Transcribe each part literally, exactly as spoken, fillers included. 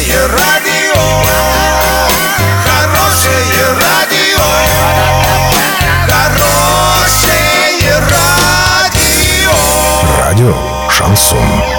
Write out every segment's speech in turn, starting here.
Хорошее радио, хорошее радио, хорошее радио. Радио Шансон.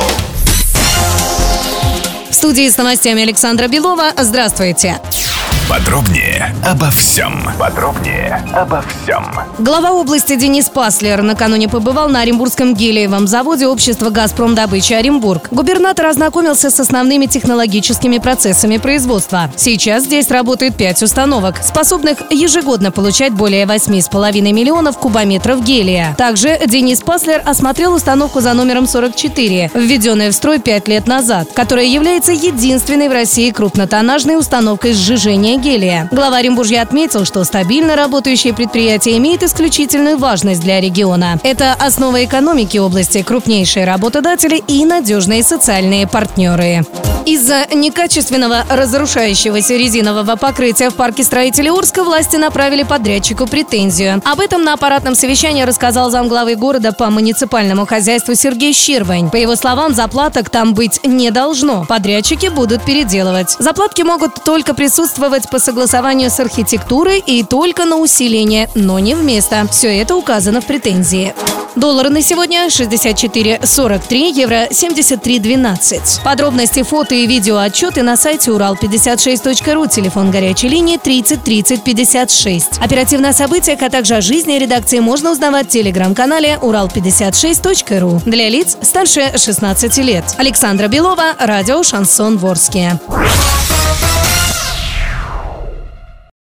В студии с новостями Александра Белова. Здравствуйте. Подробнее обо всем. Подробнее обо всем. Глава области Денис Паслер накануне побывал на Оренбургском гелиевом заводе общества «Газпромдобычи Оренбург». Губернатор ознакомился с основными технологическими процессами производства. Сейчас здесь работает пять установок, способных ежегодно получать более восемь с половиной миллионов кубометров гелия. Также Денис Паслер осмотрел установку за номером сорок четыре, введенную в строй пять лет назад, которая является единственной в России крупнотоннажной установкой сжижения гелия. Глава Оренбуржья отметил, что стабильно работающее предприятие имеет исключительную важность для региона. Это основа экономики области, крупнейшие работодатели и надежные социальные партнеры. Из-за некачественного разрушающегося резинового покрытия в парке строителей Орска власти направили подрядчику претензию. Об этом на аппаратном совещании рассказал замглавы города по муниципальному хозяйству Сергей Щербань. По его словам, заплаток там быть не должно. Подрядчики будут переделывать. Заплатки могут только присутствовать по согласованию с архитектурой и только на усиление, но не вместо. Все это указано в претензии. Доллары на сегодня шестьдесят четыре сорок три, евро семьдесят три двенадцать. Подробности, фото и видео отчеты на сайте урал пятьдесят шесть точка ру, телефон горячей линии тридцать тридцать пятьдесят шесть. Оперативно о событиях, а также о жизни редакции можно узнавать в телеграм-канале урал пятьдесят шесть точка ру для лиц старше шестнадцати лет. Александра Белова, радио Шансон в Орске.